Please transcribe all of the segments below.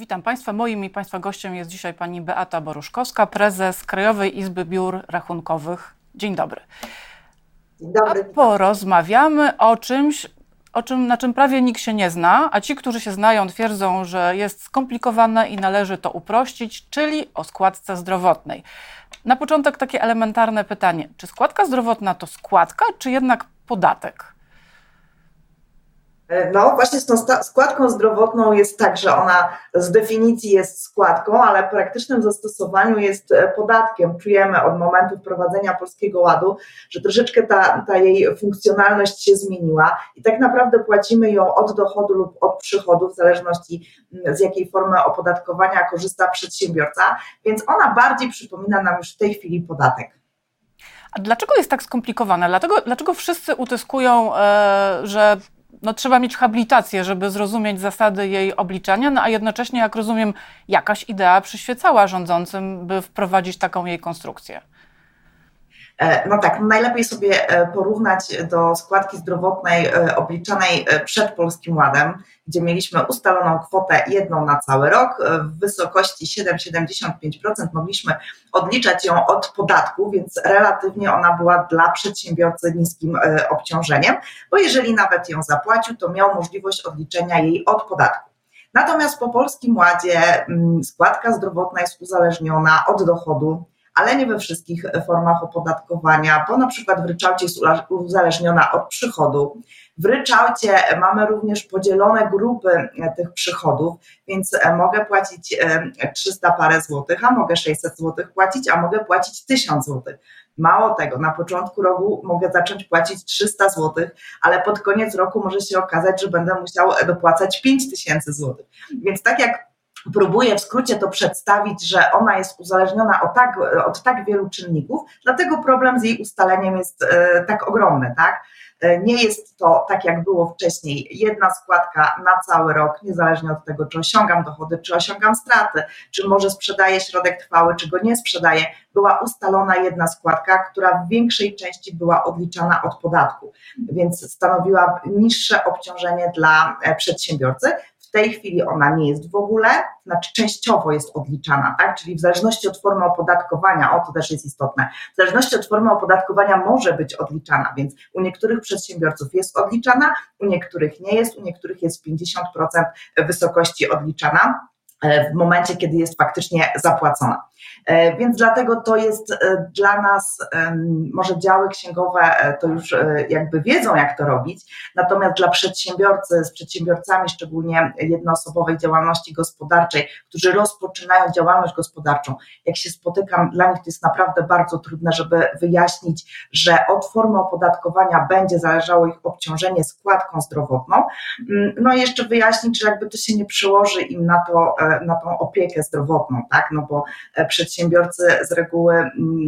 Witam Państwa. Moim i Państwa gościem jest dzisiaj pani Beata Boruszkowska, prezes Krajowej Izby Biur Rachunkowych. Dzień dobry. Dzień dobry. A porozmawiamy o czymś, na czym prawie nikt się nie zna, a ci, którzy się znają, twierdzą, że jest skomplikowane i należy to uprościć, czyli o składce zdrowotnej. Na początek takie elementarne pytanie. Czy składka zdrowotna to składka, czy jednak podatek? No właśnie z tą składką zdrowotną jest tak, że ona z definicji jest składką, ale w praktycznym zastosowaniu jest podatkiem. Czujemy od momentu wprowadzenia Polskiego Ładu, że troszeczkę ta jej funkcjonalność się zmieniła i tak naprawdę płacimy ją od dochodu lub od przychodu, w zależności z jakiej formy opodatkowania korzysta przedsiębiorca, więc ona bardziej przypomina nam już w tej chwili podatek. A dlaczego jest tak skomplikowane? Dlaczego wszyscy utyskują, że trzeba mieć habilitację, żeby zrozumieć zasady jej obliczania, a jednocześnie, jak rozumiem, jakaś idea przyświecała rządzącym, by wprowadzić taką jej konstrukcję? No tak, najlepiej sobie porównać do składki zdrowotnej obliczanej przed Polskim Ładem, gdzie mieliśmy ustaloną kwotę jedną na cały rok w wysokości 7,75%. Mogliśmy odliczać ją od podatku, więc relatywnie ona była dla przedsiębiorcy niskim obciążeniem, bo jeżeli nawet ją zapłacił, to miał możliwość odliczenia jej od podatku. Natomiast po Polskim Ładzie składka zdrowotna jest uzależniona od dochodu, ale nie we wszystkich formach opodatkowania, bo na przykład w ryczałcie jest uzależniona od przychodu. W ryczałcie mamy również podzielone grupy tych przychodów, więc mogę płacić 300 parę złotych, a mogę 600 złotych płacić, a mogę płacić 1000 złotych. Mało tego, na początku roku mogę zacząć płacić 300 złotych, ale pod koniec roku może się okazać, że będę musiał dopłacać 5000 złotych. Więc tak jak próbuję w skrócie to przedstawić, że ona jest uzależniona od tak wielu czynników, dlatego problem z jej ustaleniem jest tak ogromny, tak? Nie jest to tak, jak było wcześniej, jedna składka na cały rok, niezależnie od tego, czy osiągam dochody, czy osiągam straty, czy może sprzedaję środek trwały, czy go nie sprzedaję. Była ustalona jedna składka, która w większej części była odliczana od podatku, więc stanowiła niższe obciążenie dla przedsiębiorcy. W tej chwili ona nie jest w ogóle, znaczy częściowo jest odliczana, tak? Czyli w zależności od formy opodatkowania, to też jest istotne, w zależności od formy opodatkowania może być odliczana, więc u niektórych przedsiębiorców jest odliczana, u niektórych nie jest, u niektórych jest 50% wysokości odliczana w momencie, kiedy jest faktycznie zapłacona. Więc dlatego to jest dla nas, może działy księgowe to już jakby wiedzą, jak to robić, natomiast dla przedsiębiorcy, z przedsiębiorcami szczególnie jednoosobowej działalności gospodarczej, którzy rozpoczynają działalność gospodarczą, jak się spotykam, dla nich to jest naprawdę bardzo trudne, żeby wyjaśnić, że od formy opodatkowania będzie zależało ich obciążenie składką zdrowotną, no i jeszcze wyjaśnić, że jakby to się nie przełoży im na tą opiekę zdrowotną, tak, no bo przedsiębiorcy z reguły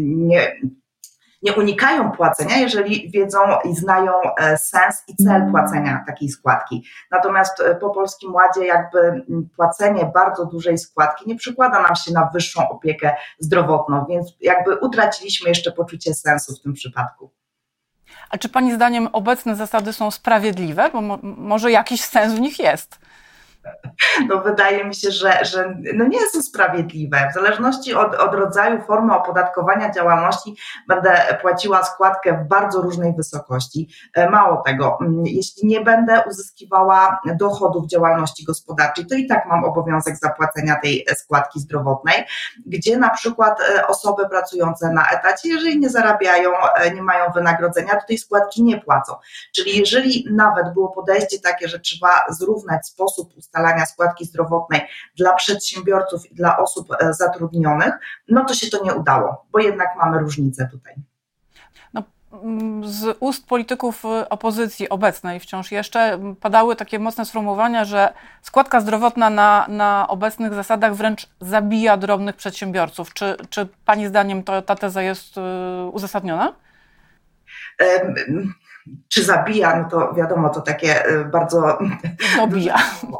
nie unikają płacenia, jeżeli wiedzą i znają sens i cel płacenia takiej składki. Natomiast po Polskim Ładzie jakby płacenie bardzo dużej składki nie przekłada nam się na wyższą opiekę zdrowotną, więc jakby utraciliśmy jeszcze poczucie sensu w tym przypadku. A czy Pani zdaniem obecne zasady są sprawiedliwe? Bo może jakiś sens w nich jest. No wydaje mi się, że nie są sprawiedliwe. W zależności od rodzaju formy opodatkowania działalności będę płaciła składkę w bardzo różnej wysokości. Mało tego, jeśli nie będę uzyskiwała dochodów działalności gospodarczej, to i tak mam obowiązek zapłacenia tej składki zdrowotnej, gdzie na przykład osoby pracujące na etacie, jeżeli nie zarabiają, nie mają wynagrodzenia, to tej składki nie płacą. Czyli jeżeli nawet było podejście takie, że trzeba zrównać sposób ustalania składki zdrowotnej dla przedsiębiorców i dla osób zatrudnionych, no to się to nie udało, bo jednak mamy różnicę tutaj. No, z ust polityków opozycji obecnej wciąż jeszcze padały takie mocne sformułowania, że składka zdrowotna na obecnych zasadach wręcz zabija drobnych przedsiębiorców. Czy Pani zdaniem ta teza jest uzasadniona? Czy zabija, no to wiadomo, to takie bardzo... Dobija.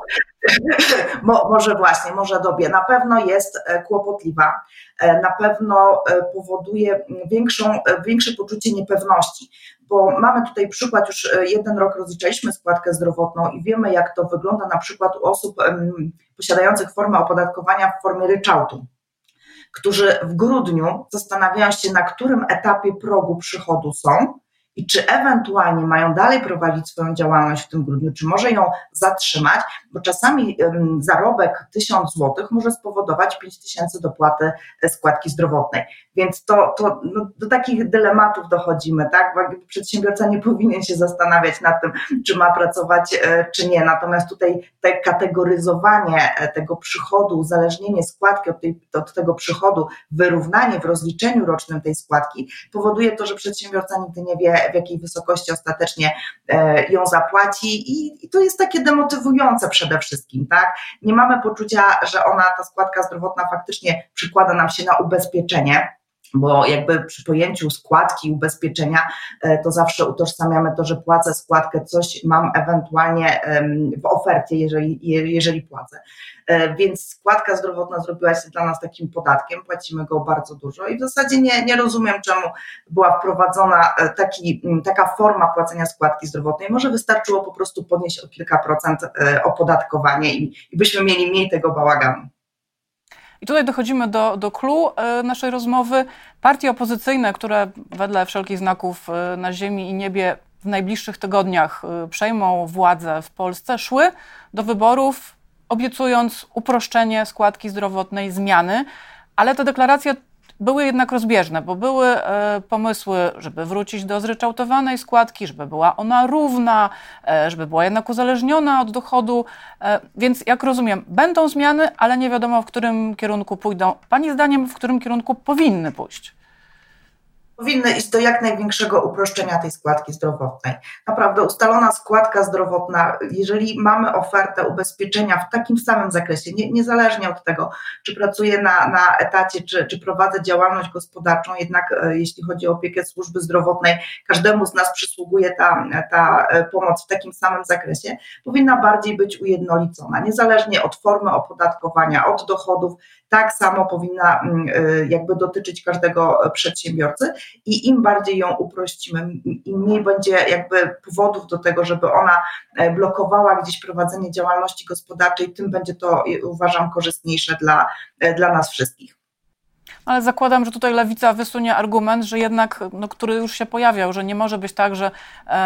Może dobie. Na pewno jest kłopotliwa, na pewno powoduje większe poczucie niepewności, bo mamy tutaj przykład, już 1 rok rozliczaliśmy składkę zdrowotną i wiemy, jak to wygląda na przykład u osób posiadających formę opodatkowania w formie ryczałtu, którzy w grudniu zastanawiają się, na którym etapie progu przychodu są i czy ewentualnie mają dalej prowadzić swoją działalność w tym grudniu, czy może ją zatrzymać, bo czasami zarobek 1000 zł może spowodować 5000 dopłaty składki zdrowotnej. Więc do takich dylematów dochodzimy, tak? Bo przedsiębiorca nie powinien się zastanawiać nad tym, czy ma pracować, czy nie. Natomiast tutaj te kategoryzowanie tego przychodu, uzależnienie składki od tego przychodu, wyrównanie w rozliczeniu rocznym tej składki powoduje to, że przedsiębiorca nigdy nie wie, w jakiej wysokości ostatecznie ją zapłaci i to jest takie demotywujące przede wszystkim, tak? Nie mamy poczucia, że ta składka zdrowotna faktycznie przykłada nam się na ubezpieczenie, bo jakby przy pojęciu składki ubezpieczenia to zawsze utożsamiamy to, że płacę składkę, coś mam ewentualnie w ofercie, jeżeli płacę. Więc składka zdrowotna zrobiła się dla nas takim podatkiem, płacimy go bardzo dużo i w zasadzie nie rozumiem, czemu była wprowadzona taka forma płacenia składki zdrowotnej. Może wystarczyło po prostu podnieść o kilka procent opodatkowanie i byśmy mieli mniej tego bałaganu. I tutaj dochodzimy do clou naszej rozmowy. Partie opozycyjne, które wedle wszelkich znaków na ziemi i niebie w najbliższych tygodniach przejmą władzę w Polsce, szły do wyborów obiecując uproszczenie składki zdrowotnej, zmiany, ale te deklaracje były jednak rozbieżne, bo były pomysły, żeby wrócić do zryczałtowanej składki, żeby była ona równa, żeby była jednak uzależniona od dochodu, więc jak rozumiem, będą zmiany, ale nie wiadomo, w którym kierunku pójdą. Pani zdaniem, w którym kierunku powinny pójść? Powinny iść do jak największego uproszczenia tej składki zdrowotnej. Naprawdę ustalona składka zdrowotna, jeżeli mamy ofertę ubezpieczenia w takim samym zakresie, niezależnie od tego, czy pracuję na etacie, czy prowadzę działalność gospodarczą, jednak jeśli chodzi o opiekę służby zdrowotnej, każdemu z nas przysługuje ta pomoc w takim samym zakresie, powinna bardziej być ujednolicona, niezależnie od formy opodatkowania, od dochodów, tak samo powinna jakby dotyczyć każdego przedsiębiorcy i im bardziej ją uprościmy, im mniej będzie jakby powodów do tego, żeby ona blokowała gdzieś prowadzenie działalności gospodarczej, tym będzie to, uważam, korzystniejsze dla nas wszystkich. Ale zakładam, że tutaj Lewica wysunie argument, że jednak, który już się pojawiał, że nie może być tak, że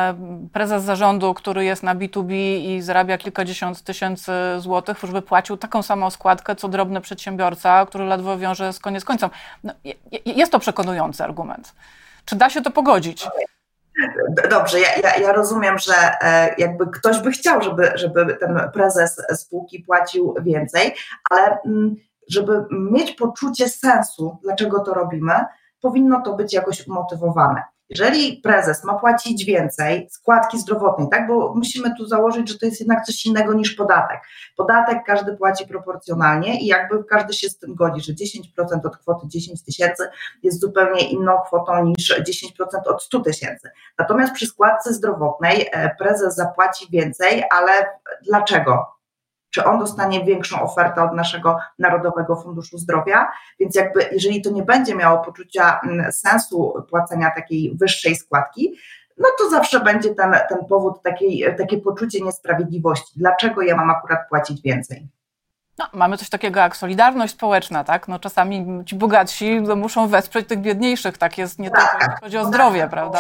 prezes zarządu, który jest na B2B i zarabia kilkadziesiąt tysięcy złotych, żeby płacił taką samą składkę, co drobny przedsiębiorca, który ledwo wiąże z koniec końcem. Jest to przekonujący argument. Czy da się to pogodzić? Dobrze, ja rozumiem, że jakby ktoś by chciał, żeby ten prezes spółki płacił więcej, ale żeby mieć poczucie sensu, dlaczego to robimy, powinno to być jakoś umotywowane. Jeżeli prezes ma płacić więcej składki zdrowotnej, tak, bo musimy tu założyć, że to jest jednak coś innego niż podatek. Podatek każdy płaci proporcjonalnie i jakby każdy się z tym godzi, że 10% od kwoty 10 tysięcy jest zupełnie inną kwotą niż 10% od 100 tysięcy. Natomiast przy składce zdrowotnej prezes zapłaci więcej, ale dlaczego? Czy on dostanie większą ofertę od naszego Narodowego Funduszu Zdrowia, więc jakby jeżeli to nie będzie miało poczucia sensu płacenia takiej wyższej składki, no to zawsze będzie ten powód, takie poczucie niesprawiedliwości. Dlaczego ja mam akurat płacić więcej? Mamy coś takiego jak solidarność społeczna, tak? Czasami ci bogatsi muszą wesprzeć tych biedniejszych, tak jest nie tylko jeśli chodzi o zdrowie, prawda?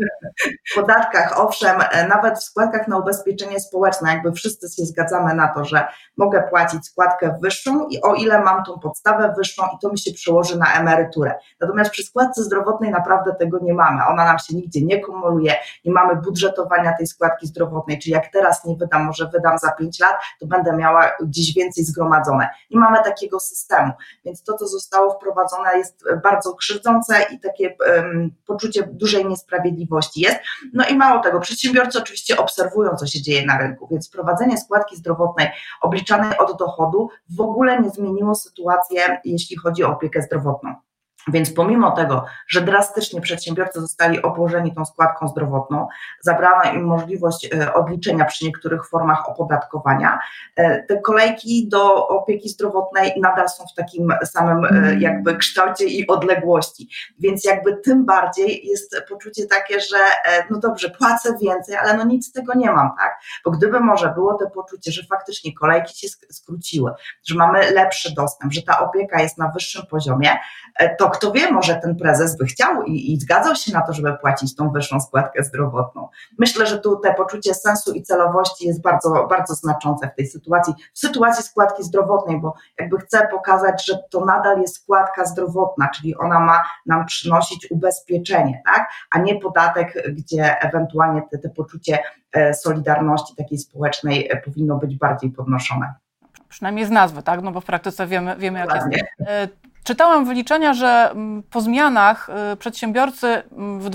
W podatkach, owszem, nawet w składkach na ubezpieczenie społeczne, jakby wszyscy się zgadzamy na to, że mogę płacić składkę wyższą i o ile mam tą podstawę wyższą i to mi się przełoży na emeryturę. Natomiast przy składce zdrowotnej naprawdę tego nie mamy. Ona nam się nigdzie nie kumuluje, nie mamy budżetowania tej składki zdrowotnej, czyli jak teraz nie wydam, może wydam za 5 lat, to będę miała gdzieś więcej zgromadzone. Nie mamy takiego systemu, więc to, co zostało wprowadzone, jest bardzo krzywdzące i takie poczucie dużej niesprawiedliwości jest. No i mało tego, przedsiębiorcy oczywiście obserwują, co się dzieje na rynku, więc wprowadzenie składki zdrowotnej obliczanej od dochodu w ogóle nie zmieniło sytuacji, jeśli chodzi o opiekę zdrowotną. Więc pomimo tego, że drastycznie przedsiębiorcy zostali obłożeni tą składką zdrowotną, zabrano im możliwość odliczenia przy niektórych formach opodatkowania, te kolejki do opieki zdrowotnej nadal są w takim samym jakby kształcie i odległości. Więc jakby tym bardziej jest poczucie takie, że no dobrze, płacę więcej, ale no nic z tego nie mam, tak? Bo gdyby może było to poczucie, że faktycznie kolejki się skróciły, że mamy lepszy dostęp, że ta opieka jest na wyższym poziomie, to kto wie, może ten prezes by chciał i zgadzał się na to, żeby płacić tą wyższą składkę zdrowotną. Myślę, że tu te poczucie sensu i celowości jest bardzo, bardzo znaczące w tej sytuacji, w sytuacji składki zdrowotnej, bo jakby chcę pokazać, że to nadal jest składka zdrowotna, czyli ona ma nam przynosić ubezpieczenie, tak? A nie podatek, gdzie ewentualnie te poczucie solidarności takiej społecznej powinno być bardziej podnoszone. Przynajmniej z nazwy, tak? No bo w praktyce wiemy jak jest. Czytałam wyliczenia, że po zmianach przedsiębiorcy w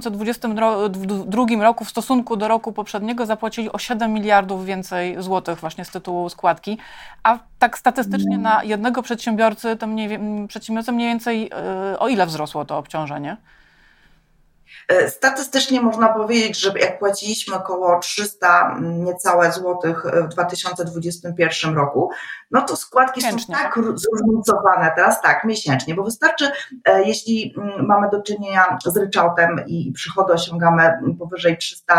2022 roku w stosunku do roku poprzedniego zapłacili o 7 miliardów więcej złotych właśnie z tytułu składki, a tak statystycznie na jednego przedsiębiorcy to mniej więcej o ile wzrosło to obciążenie? Statystycznie można powiedzieć, że jak płaciliśmy około 300 niecałe złotych w 2021 roku, no to składki miesięcznie są tak zróżnicowane teraz, tak, miesięcznie, bo wystarczy, jeśli mamy do czynienia z ryczałtem i przychody osiągamy powyżej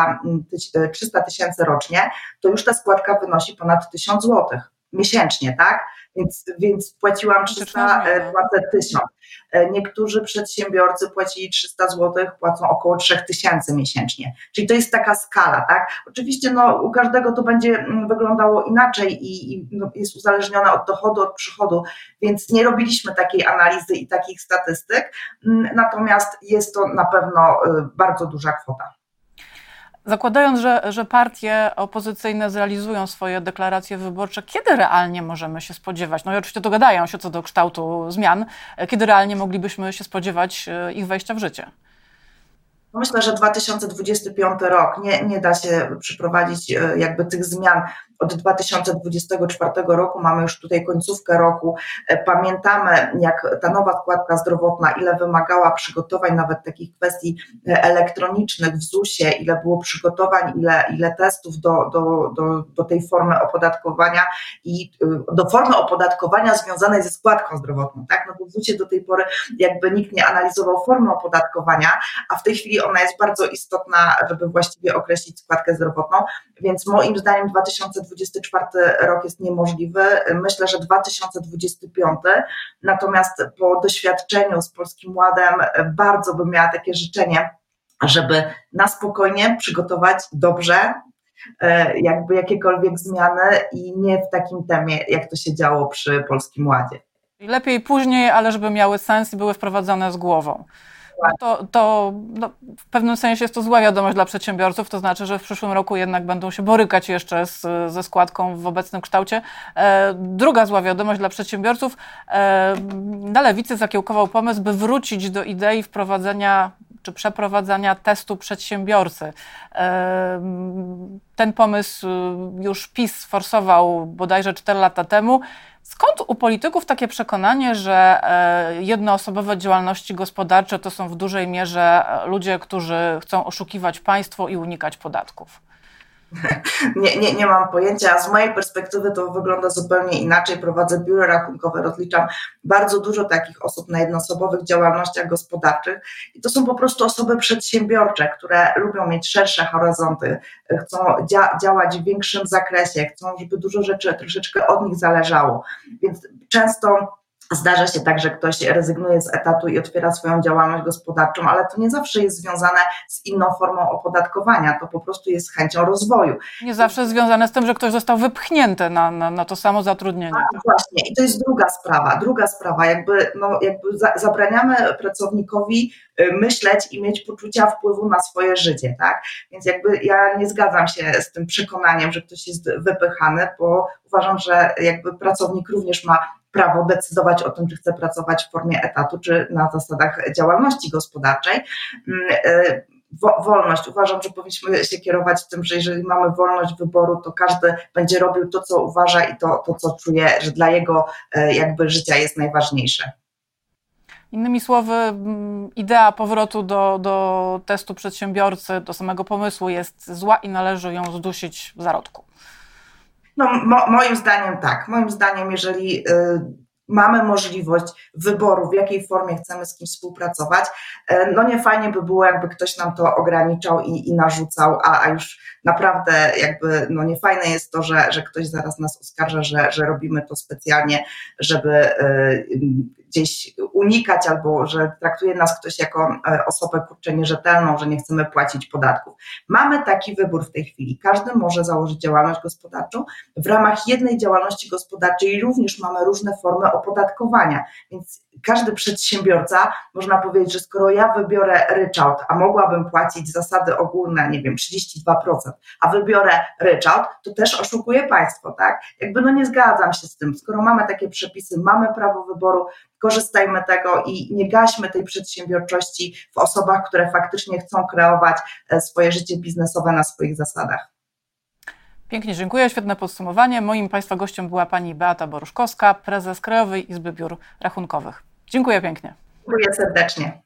300 tysięcy rocznie, to już ta składka wynosi ponad 1000 złotych miesięcznie, tak? Więc płaciłam 300, płacę 1000. Niektórzy przedsiębiorcy płacili 300 zł, płacą około 3000 miesięcznie. Czyli to jest taka skala, tak? Oczywiście no, u każdego to będzie wyglądało inaczej i no, jest uzależnione od dochodu, od przychodu, więc nie robiliśmy takiej analizy i takich statystyk, natomiast jest to na pewno bardzo duża kwota. Zakładając, że partie opozycyjne zrealizują swoje deklaracje wyborcze, kiedy realnie możemy się spodziewać, no i oczywiście dogadają się co do kształtu zmian, kiedy realnie moglibyśmy się spodziewać ich wejścia w życie? Myślę, że 2025 rok nie da się przeprowadzić jakby tych zmian od 2024 roku, mamy już tutaj końcówkę roku, pamiętamy jak ta nowa składka zdrowotna, ile wymagała przygotowań, nawet takich kwestii elektronicznych w ZUS-ie, ile było przygotowań, ile testów do tej formy opodatkowania i do formy opodatkowania związanej ze składką zdrowotną, tak? No bo w ZUS-ie do tej pory jakby nikt nie analizował formy opodatkowania, a w tej chwili ona jest bardzo istotna, żeby właściwie określić składkę zdrowotną, więc moim zdaniem 2024 rok jest niemożliwy, myślę, że 2025, natomiast po doświadczeniu z Polskim Ładem bardzo bym miała takie życzenie, żeby na spokojnie przygotować dobrze jakby jakiekolwiek zmiany i nie w takim tempie, jak to się działo przy Polskim Ładzie. Lepiej później, ale żeby miały sens i były wprowadzone z głową. No, w pewnym sensie jest to zła wiadomość dla przedsiębiorców, to znaczy, że w przyszłym roku jednak będą się borykać jeszcze ze składką w obecnym kształcie. Druga zła wiadomość dla przedsiębiorców, na Lewicy zakiełkował pomysł, by wrócić do idei wprowadzenia czy przeprowadzania testu przedsiębiorcy. Ten pomysł już PiS sforsował bodajże 4 lata temu. Skąd u polityków takie przekonanie, że jednoosobowe działalności gospodarcze to są w dużej mierze ludzie, którzy chcą oszukiwać państwo i unikać podatków? Nie mam pojęcia. Z mojej perspektywy to wygląda zupełnie inaczej. Prowadzę biuro rachunkowe, rozliczam bardzo dużo takich osób na jednoosobowych działalnościach gospodarczych i to są po prostu osoby przedsiębiorcze, które lubią mieć szersze horyzonty, chcą działać w większym zakresie, chcą, żeby dużo rzeczy troszeczkę od nich zależało. Więc często zdarza się tak, że ktoś rezygnuje z etatu i otwiera swoją działalność gospodarczą, ale to nie zawsze jest związane z inną formą opodatkowania, to po prostu jest chęcią rozwoju. Nie zawsze jest związane z tym, że ktoś został wypchnięty na to samo zatrudnienie. Właśnie, i to jest druga sprawa, jakby zabraniamy pracownikowi myśleć i mieć poczucia wpływu na swoje życie, tak? Więc jakby ja nie zgadzam się z tym przekonaniem, że ktoś jest wypychany, bo uważam, że jakby pracownik również ma prawo decydować o tym, czy chce pracować w formie etatu, czy na zasadach działalności gospodarczej. Wolność. Uważam, że powinniśmy się kierować tym, że jeżeli mamy wolność wyboru, to każdy będzie robił to, co uważa i to co czuje, że dla jego jakby życia jest najważniejsze. Innymi słowy, idea powrotu do testu przedsiębiorcy, do samego pomysłu jest zła i należy ją zdusić w zarodku. No, moim zdaniem tak. Moim zdaniem, jeżeli mamy możliwość wyboru, w jakiej formie chcemy z kimś współpracować, no nie fajnie by było, jakby ktoś nam to ograniczał i narzucał, a już naprawdę jakby no nie fajne jest to, że ktoś zaraz nas oskarża, że robimy to specjalnie, żeby gdzieś unikać albo że traktuje nas ktoś jako osobę nierzetelną, że nie chcemy płacić podatków. Mamy taki wybór w tej chwili. Każdy może założyć działalność gospodarczą. W ramach jednej działalności gospodarczej również mamy różne formy opodatkowania, więc każdy przedsiębiorca, można powiedzieć, że skoro ja wybiorę ryczałt, a mogłabym płacić zasady ogólne, nie wiem, 32%, a wybiorę ryczałt, to też oszukuję państwo, tak? Jakby no nie zgadzam się z tym. Skoro mamy takie przepisy, mamy prawo wyboru, korzystajmy tego i nie gaśmy tej przedsiębiorczości w osobach, które faktycznie chcą kreować swoje życie biznesowe na swoich zasadach. Pięknie dziękuję, świetne podsumowanie. Moim Państwa gościem była pani Beata Boruszkowska, prezes Krajowej Izby Biur Rachunkowych. Dziękuję pięknie. Dziękuję serdecznie.